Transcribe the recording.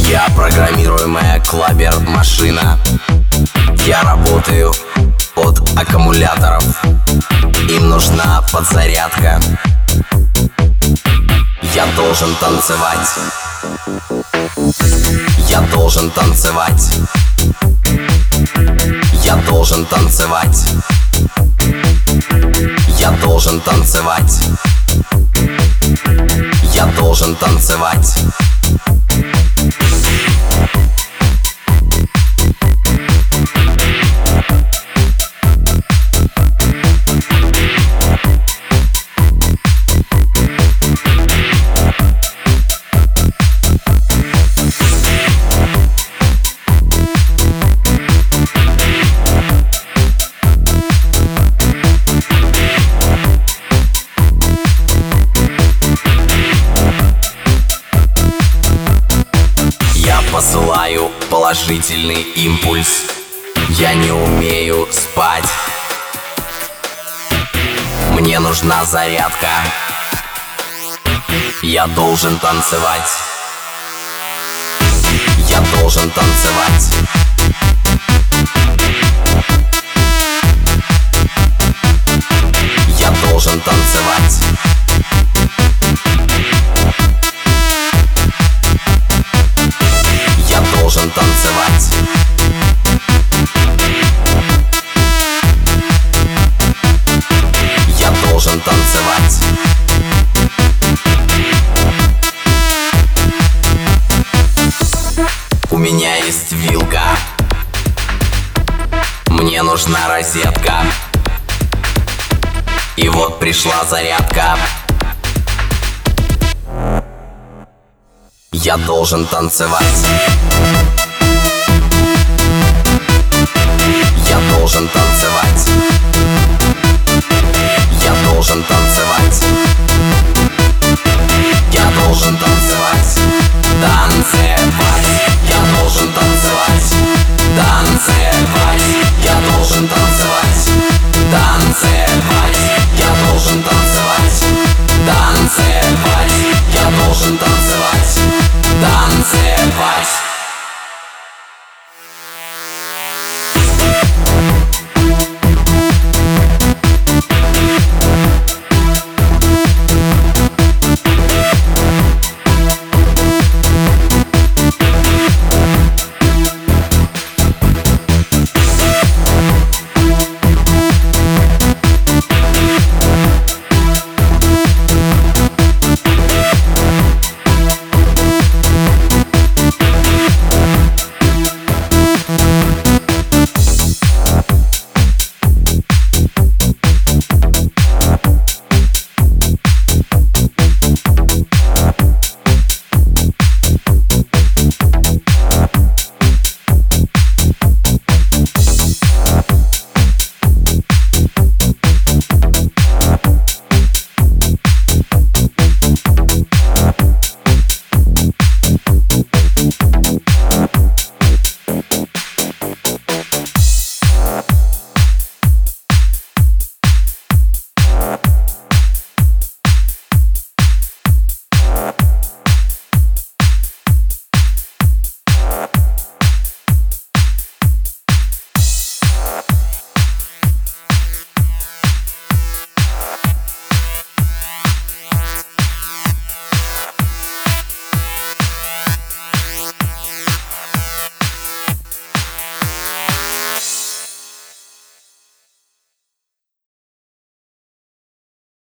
Я программируемая клабер-машина. Я работаю от аккумуляторов. Им нужна подзарядка. Я должен танцевать. Я должен танцевать. Я должен танцевать. Я должен танцевать. Я должен танцевать. Посылаю положительный импульс. Я не умею спать. Мне нужна зарядка. Я должен танцевать. Я должен танцевать. Я должен танцевать. Я должен танцевать. Я должен танцевать. У меня есть вилка. Мне нужна розетка. И вот пришла зарядка. Я должен танцевать. Я должен танцевать. Я должен танцевать. Я должен танцевать.